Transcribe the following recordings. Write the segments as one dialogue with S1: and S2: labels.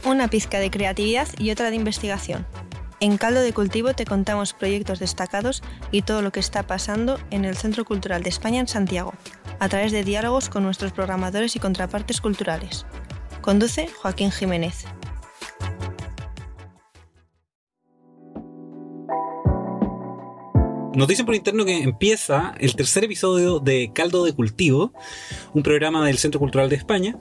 S1: Una pizca de creatividad y otra de investigación. En Caldo de Cultivo te contamos proyectos destacados y todo lo que está pasando en el Centro Cultural de España en Santiago, a través de diálogos con nuestros programadores y contrapartes culturales. Conduce Joaquín Jiménez.
S2: Nos dicen por interno que empieza el tercer episodio de Caldo de Cultivo, un programa del Centro Cultural de España,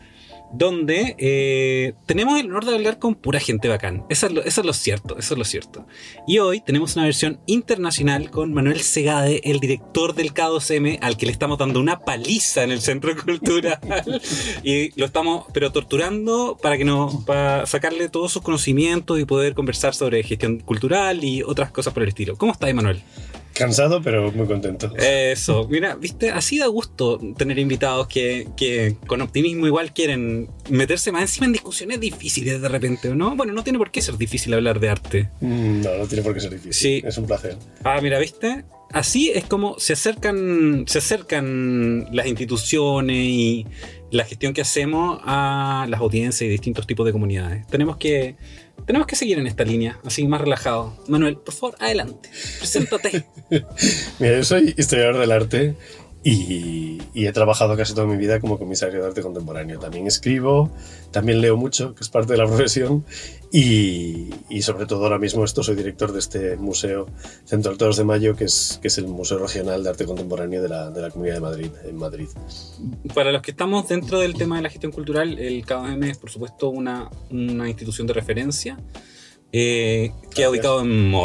S2: donde tenemos el honor de hablar con pura gente bacán. Eso es lo cierto. Y hoy tenemos una versión internacional con Manuel Segade, el director del K2M, al que le estamos dando una paliza en el Centro Cultural. Y lo estamos, pero torturando para sacarle todos sus conocimientos y poder conversar sobre gestión cultural y otras cosas por el estilo. ¿Cómo estás, Manuel?
S3: Cansado, pero muy contento.
S2: Eso, mira, viste, así da gusto tener invitados que con optimismo igual quieren meterse más encima en discusiones difíciles de repente, ¿no? Bueno, no tiene por qué ser difícil hablar de arte.
S3: No tiene por qué ser difícil. Sí. Es un placer.
S2: Mira, ¿viste? Así es como se acercan las instituciones y la gestión que hacemos a las audiencias y distintos tipos de comunidades. Tenemos que seguir en esta línea, así más relajado. Manuel, por favor, adelante. Preséntate.
S3: Mira, yo soy historiador del arte y he trabajado casi toda mi vida como comisario de arte contemporáneo. También escribo, también leo mucho, que es parte de la profesión, y sobre todo ahora mismo soy director de este museo Centro del Toros de Mayo, que es el Museo Regional de Arte Contemporáneo de la Comunidad de Madrid, en Madrid.
S2: Para los que estamos dentro del tema de la gestión cultural, el K2M es por supuesto una institución de referencia. Que ha ubicado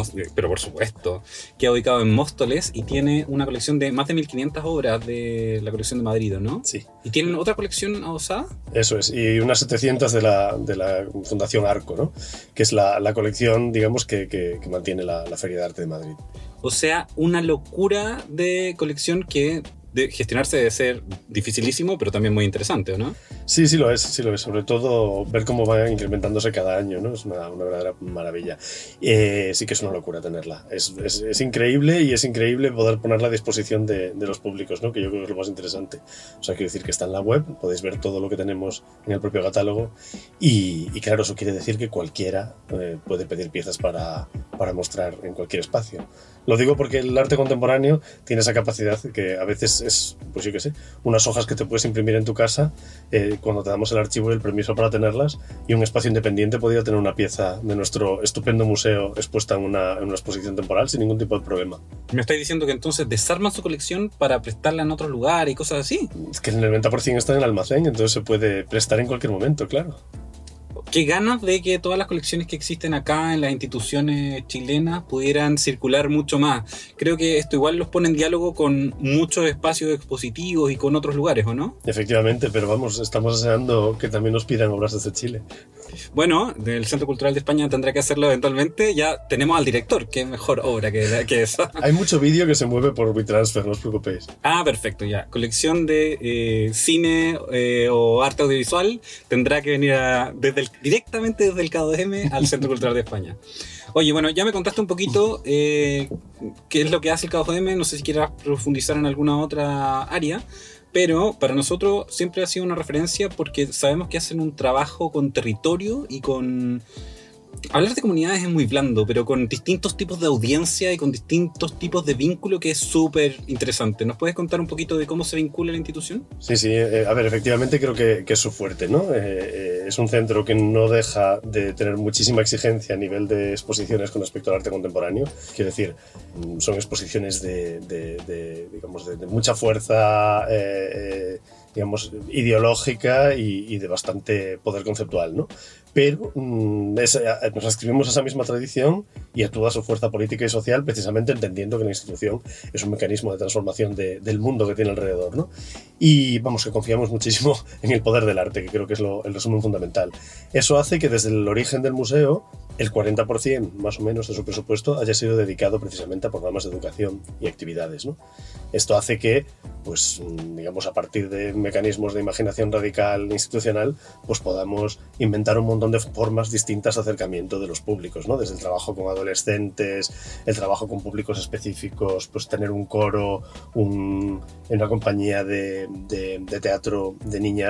S2: que ha ubicado en Móstoles y tiene una colección de más de 1500 obras de la colección de Madrid, ¿no?
S3: Sí.
S2: ¿Y tienen otra colección adosada?
S3: Eso es, y unas 700 de la Fundación Arco, ¿no? Que es la colección, digamos, que mantiene la Feria de Arte de Madrid.
S2: O sea, una locura de colección que de gestionarse debe ser dificilísimo, pero también muy interesante, ¿no?
S3: Sí lo es. Sobre todo ver cómo va incrementándose cada año, ¿no? Es una verdadera maravilla. Sí que es una locura tenerla. Es increíble, y es increíble poder ponerla a disposición de los públicos, ¿no? Que yo creo que es lo más interesante. O sea, quiero decir que está en la web, podéis ver todo lo que tenemos en el propio catálogo y claro, eso quiere decir que cualquiera puede pedir piezas para mostrar en cualquier espacio. Lo digo porque el arte contemporáneo tiene esa capacidad que a veces es, pues yo qué sé, unas hojas que te puedes imprimir en tu casa cuando te damos el archivo y el permiso para tenerlas, y un espacio independiente podría tener una pieza de nuestro estupendo museo expuesta en una exposición temporal sin ningún tipo de problema.
S2: ¿Me estáis diciendo que entonces desarman su colección para prestarla en otro lugar y cosas así?
S3: Es que en el 90% está en el almacén, entonces se puede prestar en cualquier momento, claro.
S2: Qué ganas de que todas las colecciones que existen acá en las instituciones chilenas pudieran circular mucho más. Creo que esto igual los pone en diálogo con muchos espacios expositivos y con otros lugares, ¿o no?
S3: Efectivamente, pero vamos, estamos deseando que también nos pidan obras desde Chile.
S2: Bueno, el Centro Cultural de España tendrá que hacerlo eventualmente. Ya tenemos al director, qué mejor obra que esa.
S3: Hay mucho vídeo que se mueve por WeTransfer, no os preocupéis.
S2: Perfecto, ya. Colección de cine o arte audiovisual tendrá que venir directamente desde el K2M al Centro Cultural de España. Oye, bueno, ya me contaste un poquito qué es lo que hace el K2M. No sé si quieras profundizar en alguna otra área, pero para nosotros siempre ha sido una referencia porque sabemos que hacen un trabajo con territorio y con... Hablar de comunidades es muy blando, pero con distintos tipos de audiencia y con distintos tipos de vínculo, que es súper interesante. ¿Nos puedes contar un poquito de cómo se vincula la institución?
S3: Sí. A ver, efectivamente creo que es su fuerte, ¿no? Es un centro que no deja de tener muchísima exigencia a nivel de exposiciones con respecto al arte contemporáneo. Quiero decir, son exposiciones de mucha fuerza, digamos, ideológica y de bastante poder conceptual, ¿no? Pero nos adscribimos a esa misma tradición y a toda su fuerza política y social, precisamente entendiendo que la institución es un mecanismo de transformación del mundo que tiene alrededor, ¿no? Y vamos, que confiamos muchísimo en el poder del arte, que creo que es el resumen fundamental. Eso hace que desde el origen del museo el 40% más o menos de su presupuesto haya sido dedicado precisamente a programas de educación y actividades, ¿no? Esto hace que, pues, digamos, a partir de mecanismos de imaginación radical institucional, pues podamos inventar un montón de formas distintas de acercamiento de los públicos, ¿no? Desde el trabajo con adolescentes, el trabajo con públicos específicos, pues tener un coro, en una compañía de teatro de niñas,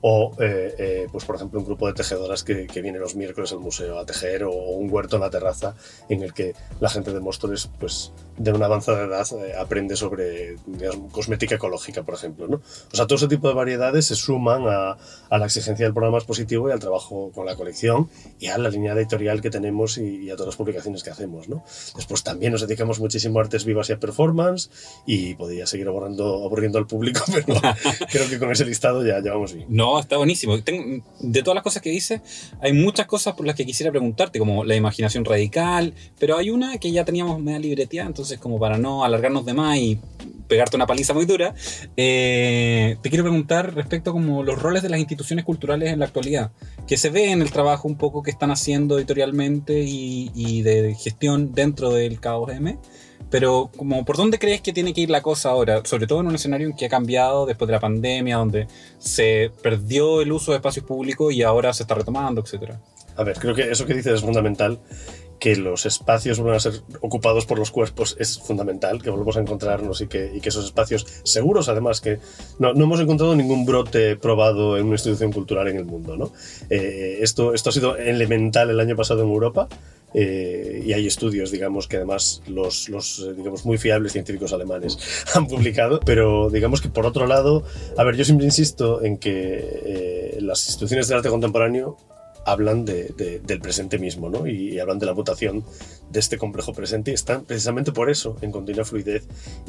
S3: o pues por ejemplo un grupo de tejedoras que viene los miércoles al museo a tejer, o un huerto en la terraza en el que la gente de Móstoles pues de una avanzada edad aprende sobre, digamos, cosmética ecológica, por ejemplo, ¿no? O sea, todo ese tipo de variedades se suman a la exigencia del programa expositivo y al trabajo con la colección y a la línea editorial que tenemos y a todas las publicaciones que hacemos, ¿no? Después también nos dedicamos muchísimo a artes vivas y a performance, y podría seguir aburriendo al público, pero creo que con ese listado ya vamos bien.
S2: No, está buenísimo. De todas las cosas que dice, hay muchas cosas por las que quisiera preguntarte, como la imaginación radical, pero hay una que ya teníamos media libreteada, entonces como para no alargarnos de más y pegarte una paliza muy dura, te quiero preguntar respecto a como los roles de las instituciones culturales en la actualidad, que se ve en el trabajo un poco que están haciendo editorialmente y de gestión dentro del KOGM. Pero, como, ¿por dónde crees que tiene que ir la cosa ahora? Sobre todo en un escenario en que ha cambiado después de la pandemia, donde se perdió el uso de espacios públicos y ahora se está retomando, etcétera.
S3: A ver, creo que eso que dices es fundamental. Que los espacios vuelvan a ser ocupados por los cuerpos es fundamental, que volvamos a encontrarnos y que esos espacios seguros, además, que no hemos encontrado ningún brote probado en una institución cultural en el mundo, ¿no? Esto ha sido elemental el año pasado en Europa. Y hay estudios, digamos, que además los digamos, muy fiables científicos alemanes han publicado, pero digamos que por otro lado, a ver, yo siempre insisto en que las instituciones de arte contemporáneo hablan del presente mismo, ¿no? Y hablan de la mutación de este complejo presente, y están precisamente por eso en continua fluidez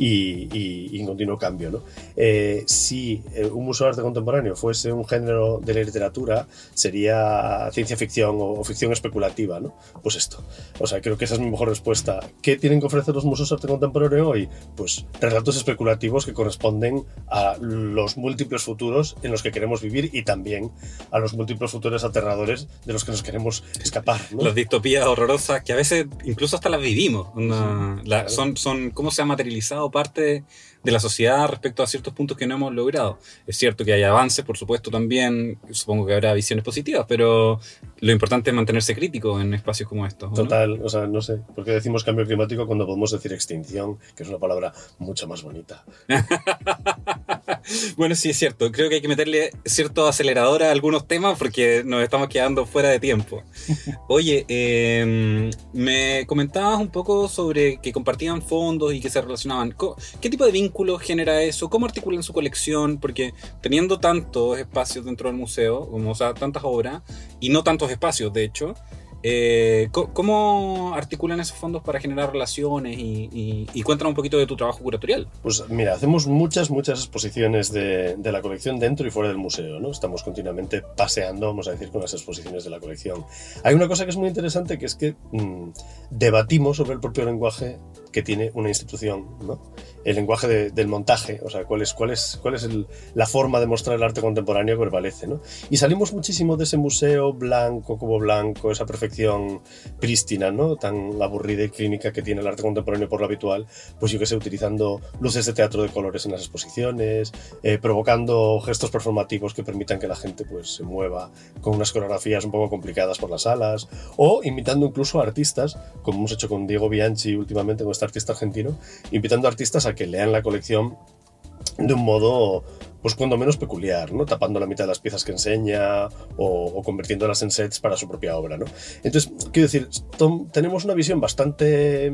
S3: y en continuo cambio, ¿no? Si un museo de arte contemporáneo fuese un género de la literatura, sería ciencia ficción o ficción especulativa, ¿no? Pues esto. O sea, creo que esa es mi mejor respuesta. ¿Qué tienen que ofrecer los museos de arte contemporáneo hoy? Pues relatos especulativos que corresponden a los múltiples futuros en los que queremos vivir, y también a los múltiples futuros aterradores de los que nos queremos escapar, ¿no?
S2: Las distopías horrorosas que a veces incluso hasta las vivimos. Claro. Son cómo se ha materializado parte de la sociedad respecto a ciertos puntos que no hemos logrado. Es cierto que hay avances, por supuesto, también, supongo que habrá visiones positivas, pero lo importante es mantenerse crítico en espacios como estos.
S3: Total, ¿no? O sea, no sé, ¿por qué decimos cambio climático cuando podemos decir extinción, que es una palabra mucho más bonita?
S2: Bueno, sí, es cierto. Creo que hay que meterle cierto acelerador a algunos temas porque nos estamos quedando fuera de tiempo. Oye, me comentabas un poco sobre que compartían fondos y que se relacionaban. ¿Qué tipo de vínculos genera eso? ¿Cómo articulan su colección? Porque teniendo tantos espacios dentro del museo, como, o sea, tantas obras, y no tantos espacios, de hecho, ¿cómo articulan esos fondos para generar relaciones? Y cuéntanos un poquito de tu trabajo curatorial.
S3: Pues mira, hacemos muchas exposiciones de la colección dentro y fuera del museo, ¿no? Estamos continuamente paseando, vamos a decir, con las exposiciones de la colección. Hay una cosa que es muy interesante, que es que debatimos sobre el propio lenguaje que tiene una institución, ¿no? El lenguaje del montaje, o sea, cuál es la forma de mostrar el arte contemporáneo que prevalece, ¿no? Y salimos muchísimo de ese museo blanco, cubo blanco, esa perfección prístina, ¿no? Tan aburrida y clínica que tiene el arte contemporáneo por lo habitual, pues yo que sé, utilizando luces de teatro de colores en las exposiciones, provocando gestos performativos que permitan que la gente pues se mueva con unas coreografías un poco complicadas por las salas, o imitando incluso a artistas, como hemos hecho con Diego Bianchi últimamente, con este artista argentino, invitando a artistas a que lean la colección de un modo, pues cuando menos peculiar, ¿no? Tapando la mitad de las piezas que enseña o convirtiéndolas en sets para su propia obra, ¿no? Entonces, quiero decir, tenemos una visión bastante,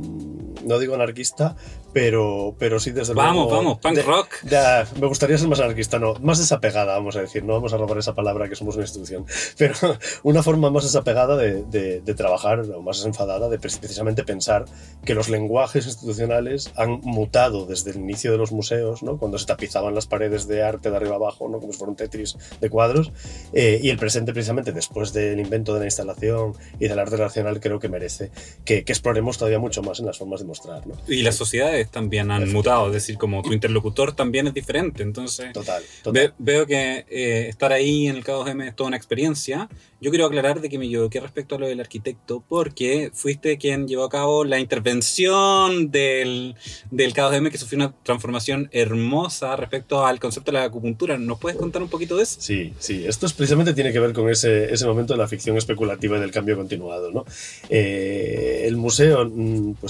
S3: no digo anarquista, pero sí desde luego...
S2: Vamos, punk rock.
S3: Ya, me gustaría ser más anarquista, no, más desapegada, vamos a decir, no vamos a robar esa palabra que somos una institución, pero una forma más desapegada de trabajar, o más desenfadada, de precisamente pensar que los lenguajes institucionales han mutado desde el inicio de los museos, ¿no? Cuando se tapizaban las paredes de arte de arriba abajo, ¿no? Como si fuera un Tetris de cuadros, y el presente precisamente después del invento de la instalación y del arte relacional creo que merece que exploremos todavía mucho más en las formas de mostrar, ¿no?
S2: Y las sociedades también han mutado, es decir, como tu interlocutor también es diferente, entonces
S3: total.
S2: Veo que estar ahí en el KOGM es toda una experiencia. Yo quiero aclarar de que me equivoqué respecto a lo del arquitecto, porque fuiste quien llevó a cabo la intervención del KOGM, que sufrió una transformación hermosa respecto al concepto de la acupuntura. ¿Nos puedes contar un poquito de eso?
S3: Sí, esto precisamente tiene que ver con ese momento de la ficción especulativa y del cambio continuado, ¿no? El museo, pues esto,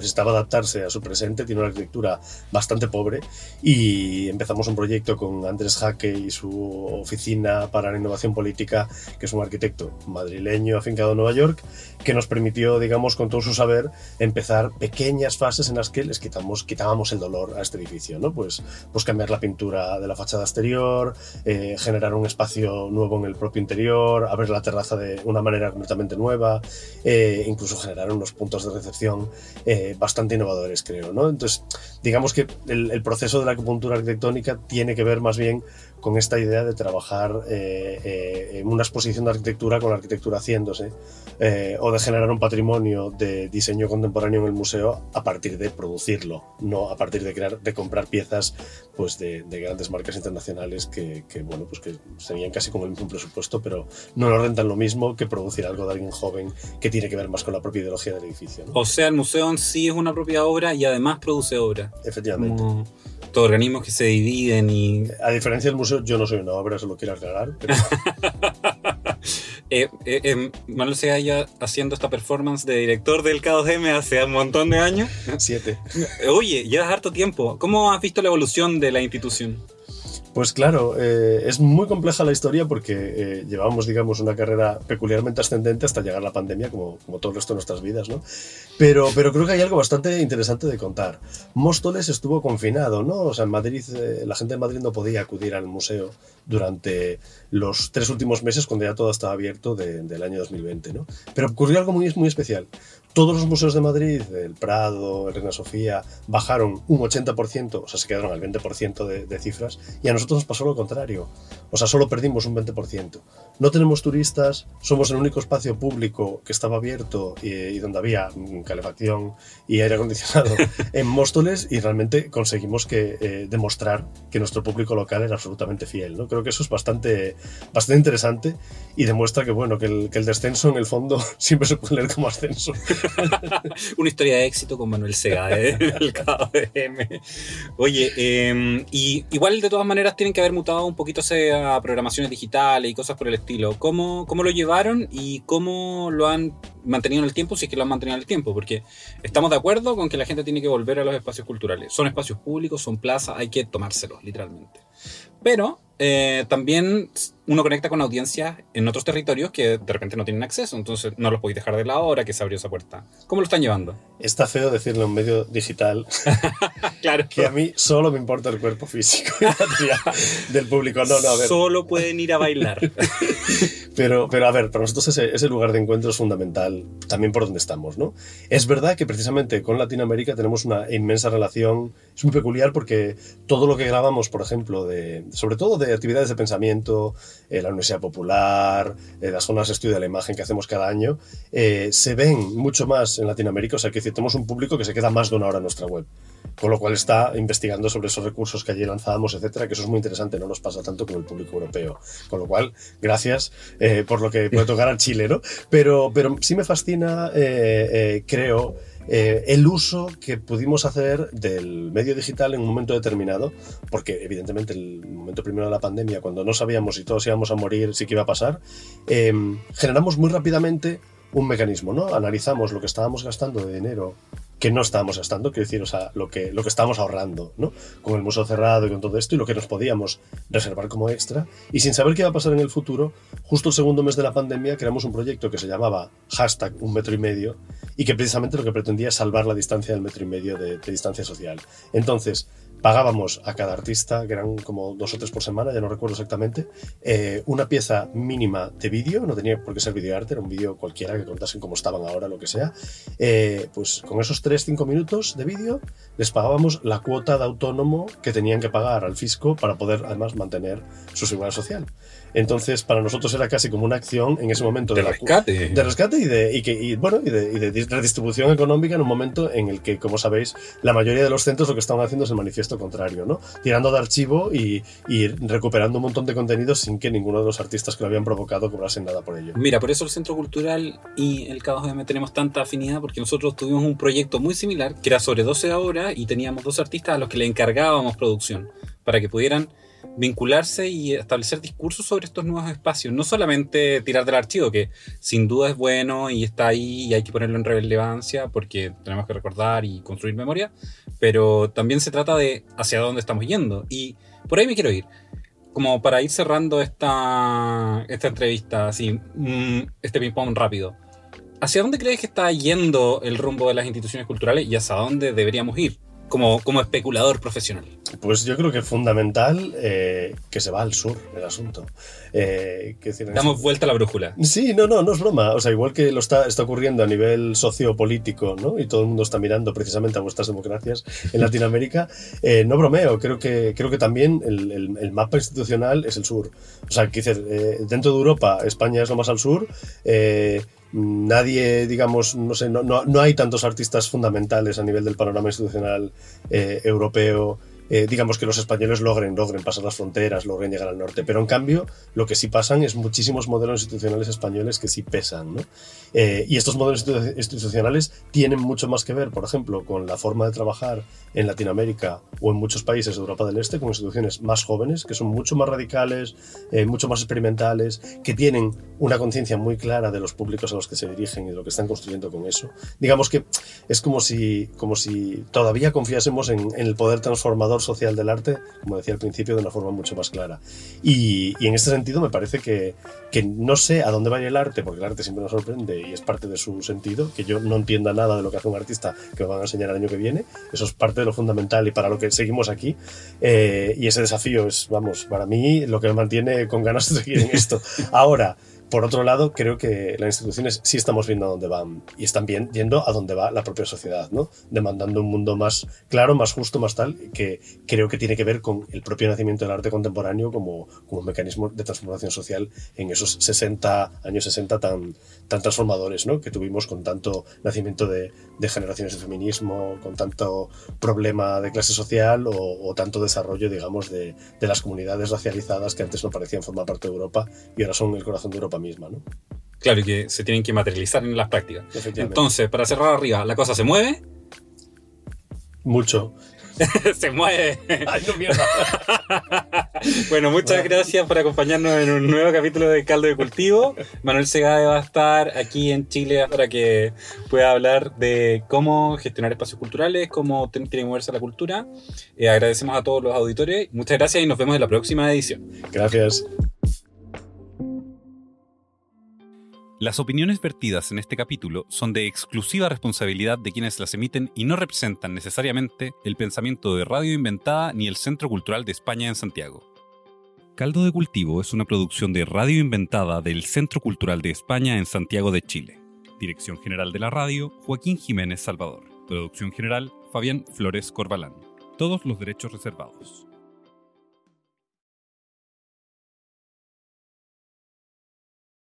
S3: necesitaba adaptarse a su presente, tiene una arquitectura bastante pobre, y empezamos un proyecto con Andrés Jaque y su oficina para la innovación política, que es un arquitecto madrileño afincado en Nueva York, que nos permitió, digamos, con todo su saber, empezar pequeñas fases en las que les quitábamos el dolor a este edificio, ¿no? Pues cambiar la pintura de la fachada exterior, generar un espacio nuevo en el propio interior, abrir la terraza de una manera completamente nueva, incluso generar unos puntos de recepción bastante innovadores, creo, ¿no? Entonces, digamos que el proceso de la acupuntura arquitectónica tiene que ver más bien con esta idea de trabajar en una exposición de arquitectura con la arquitectura haciéndose, o de generar un patrimonio de diseño contemporáneo en el museo a partir de producirlo, no a partir de comprar piezas pues de grandes marcas internacionales que bueno, pues que serían casi como el mismo presupuesto, pero no nos rentan lo mismo que producir algo de alguien joven que tiene que ver más con la propia ideología del edificio, ¿no?
S2: O sea, el museo en sí es una propia obra y además produce obra.
S3: Efectivamente.
S2: Como todos organismos que se dividen y...
S3: A diferencia del museo, yo no soy una obra, eso lo quiero aclarar. Pero...
S2: Manuel Segovia haciendo esta performance de director del K2M hace un montón de años.
S3: 7.
S2: Oye, llevas harto tiempo. ¿Cómo has visto la evolución de la institución?
S3: Pues claro, es muy compleja la historia porque llevamos, digamos, una carrera peculiarmente ascendente hasta llegar a la pandemia, como todo el resto de nuestras vidas, ¿no? Pero creo que hay algo bastante interesante de contar. Móstoles estuvo confinado, ¿no? O sea, en Madrid, la gente de Madrid no podía acudir al museo durante los 3 últimos meses cuando ya todo estaba abierto del año 2020, ¿no? Pero ocurrió algo muy, muy especial. Todos los museos de Madrid, el Prado, el Reina Sofía, bajaron un 80%, o sea, se quedaron al 20% de cifras, y a nosotros nos pasó lo contrario. O sea, solo perdimos un 20%. No tenemos turistas, somos el único espacio público que estaba abierto y donde había calefacción y aire acondicionado en Móstoles, y realmente conseguimos demostrar que nuestro público local era absolutamente fiel, ¿no? Creo que eso es bastante interesante y demuestra que, bueno, que el descenso en el fondo siempre se puede leer como ascenso.
S2: Una historia de éxito con Manuel Segovia, el K2M. Oye, y igual de todas maneras tienen que haber mutado un poquito a programaciones digitales y cosas por el estilo. ¿Cómo lo llevaron y cómo lo han mantenido en el tiempo, si es que lo han mantenido en el tiempo? Porque estamos de acuerdo con que la gente tiene que volver a los espacios culturales. Son espacios públicos, son plazas, hay que tomárselos, literalmente. Pero también uno conecta con audiencias en otros territorios que de repente no tienen acceso, entonces no los podéis dejar de la hora que se abrió esa puerta. ¿Cómo lo están llevando?
S3: Está feo decirle a un medio digital
S2: claro,
S3: que a mí solo me importa el cuerpo físico y materia del público. No, a ver.
S2: Solo pueden ir a bailar.
S3: Pero a ver, para nosotros ese lugar de encuentro es fundamental también por donde estamos, ¿no? Es verdad que precisamente con Latinoamérica tenemos una inmensa relación. Es muy peculiar porque todo lo que grabamos, por ejemplo, sobre todo de actividades de pensamiento, la Universidad Popular, las zonas de estudio de la imagen que hacemos cada año, se ven mucho más en Latinoamérica. O sea, que tenemos un público que se queda más de una hora en nuestra web, con lo cual está investigando sobre esos recursos que allí lanzábamos, etcétera, que eso es muy interesante, no nos pasa tanto con el público europeo. Con lo cual, gracias por lo que puede tocar al Chile, ¿no? Pero sí me fascina, creo, el uso que pudimos hacer del medio digital en un momento determinado, porque evidentemente el momento primero de la pandemia, cuando no sabíamos si todos íbamos a morir, si qué iba a pasar, generamos muy rápidamente un mecanismo, ¿no? Analizamos lo que estábamos gastando de dinero que no estábamos gastando, quiero decir, o sea, lo que estábamos ahorrando, ¿no? Con el museo cerrado y con todo esto, y lo que nos podíamos reservar como extra, y sin saber qué iba a pasar en el futuro, justo el segundo mes de la pandemia creamos un proyecto que se llamaba #1,5 metros, y que precisamente lo que pretendía es salvar la distancia del 1,5 metros de distancia social. Entonces, pagábamos a cada artista, que eran como 2 o 3 por semana, ya no recuerdo exactamente, una pieza mínima de vídeo, no tenía por qué ser videoarte, era un vídeo cualquiera que contasen cómo estaban ahora, lo que sea. Pues con esos 3-5 minutos de vídeo les pagábamos la cuota de autónomo que tenían que pagar al fisco para poder además mantener su seguridad social. Entonces, para nosotros era casi como una acción en ese momento
S2: de rescate.
S3: De rescate y de redistribución económica en un momento en el que, como sabéis, la mayoría de los centros lo que estaban haciendo es el manifiesto contrario, ¿no? Tirando de archivo y recuperando un montón de contenidos sin que ninguno de los artistas que lo habían provocado cobrasen nada por ello.
S2: Mira, por eso el Centro Cultural y el K2M tenemos tanta afinidad, porque nosotros tuvimos un proyecto muy similar que era sobre 12 horas y teníamos 2 artistas a los que le encargábamos producción para que pudieran vincularse y establecer discursos sobre estos nuevos espacios. No solamente tirar del archivo, que sin duda es bueno y está ahí y hay que ponerlo en relevancia porque tenemos que recordar y construir memoria, pero también se trata de hacia dónde estamos yendo. Y por ahí me quiero ir. Como para ir cerrando esta entrevista, así, este ping-pong rápido. ¿Hacia dónde crees que está yendo el rumbo de las instituciones culturales y hacia dónde deberíamos ir como especulador profesional?
S3: Pues yo creo que es fundamental que se va al sur el asunto.
S2: Damos vuelta a la brújula.
S3: Sí, no es broma. O sea, igual que lo está ocurriendo a nivel sociopolítico, ¿no? Y todo el mundo está mirando precisamente a vuestras democracias en Latinoamérica, no bromeo. Creo que también el mapa institucional es el sur. O sea, dentro de Europa, España es lo más al sur. Nadie, digamos, no sé, no hay tantos artistas fundamentales a nivel del panorama institucional europeo. Digamos que los españoles logren pasar las fronteras, logren llegar al norte, pero en cambio lo que sí pasan es muchísimos modelos institucionales españoles que sí pesan, ¿no? Y estos modelos institucionales tienen mucho más que ver, por ejemplo, con la forma de trabajar en Latinoamérica o en muchos países de Europa del Este, con instituciones más jóvenes, que son mucho más radicales, mucho más experimentales, que tienen una conciencia muy clara de los públicos a los que se dirigen y de lo que están construyendo con eso. Digamos que es como si todavía confiásemos en el poder transformador social del arte, como decía al principio, de una forma mucho más clara. Y en este sentido me parece que no sé a dónde va a ir el arte, porque el arte siempre nos sorprende y es parte de su sentido, que yo no entienda nada de lo que hace un artista que me van a enseñar el año que viene. Eso es parte de lo fundamental y para lo que seguimos aquí. Y ese desafío es, vamos, para mí lo que me mantiene con ganas de seguir en esto. Ahora, por otro lado, creo que las instituciones sí estamos viendo a dónde van y están bien yendo a dónde va la propia sociedad, ¿no? Demandando un mundo más claro, más justo, más tal, que creo que tiene que ver con el propio nacimiento del arte contemporáneo como un mecanismo de transformación social en esos años 60 tan transformadores, ¿no? Que tuvimos con tanto nacimiento de generaciones de feminismo, con tanto problema de clase social o tanto desarrollo, digamos, de las comunidades racializadas que antes no parecían formar parte de Europa y ahora son el corazón de Europa misma, ¿no?
S2: Claro, y que se tienen que materializar en las prácticas. Entonces, para cerrar arriba, ¿la cosa se mueve?
S3: Mucho.
S2: Se mueve.
S3: Ay, no, mierda.
S2: Bueno, muchas gracias por acompañarnos en un nuevo capítulo de Caldo de Cultivo. Manuel Segade va a estar aquí en Chile para que pueda hablar de cómo gestionar espacios culturales, cómo tiene que moverse la cultura. Agradecemos a todos los auditores. Muchas gracias y nos vemos en la próxima edición.
S3: Gracias.
S4: Las opiniones vertidas en este capítulo son de exclusiva responsabilidad de quienes las emiten y no representan necesariamente el pensamiento de Radio Inventada ni el Centro Cultural de España en Santiago. Caldo de Cultivo es una producción de Radio Inventada del Centro Cultural de España en Santiago de Chile. Dirección General de la Radio, Joaquín Jiménez Salvador. Producción General, Fabián Flores Corbalán. Todos los derechos reservados.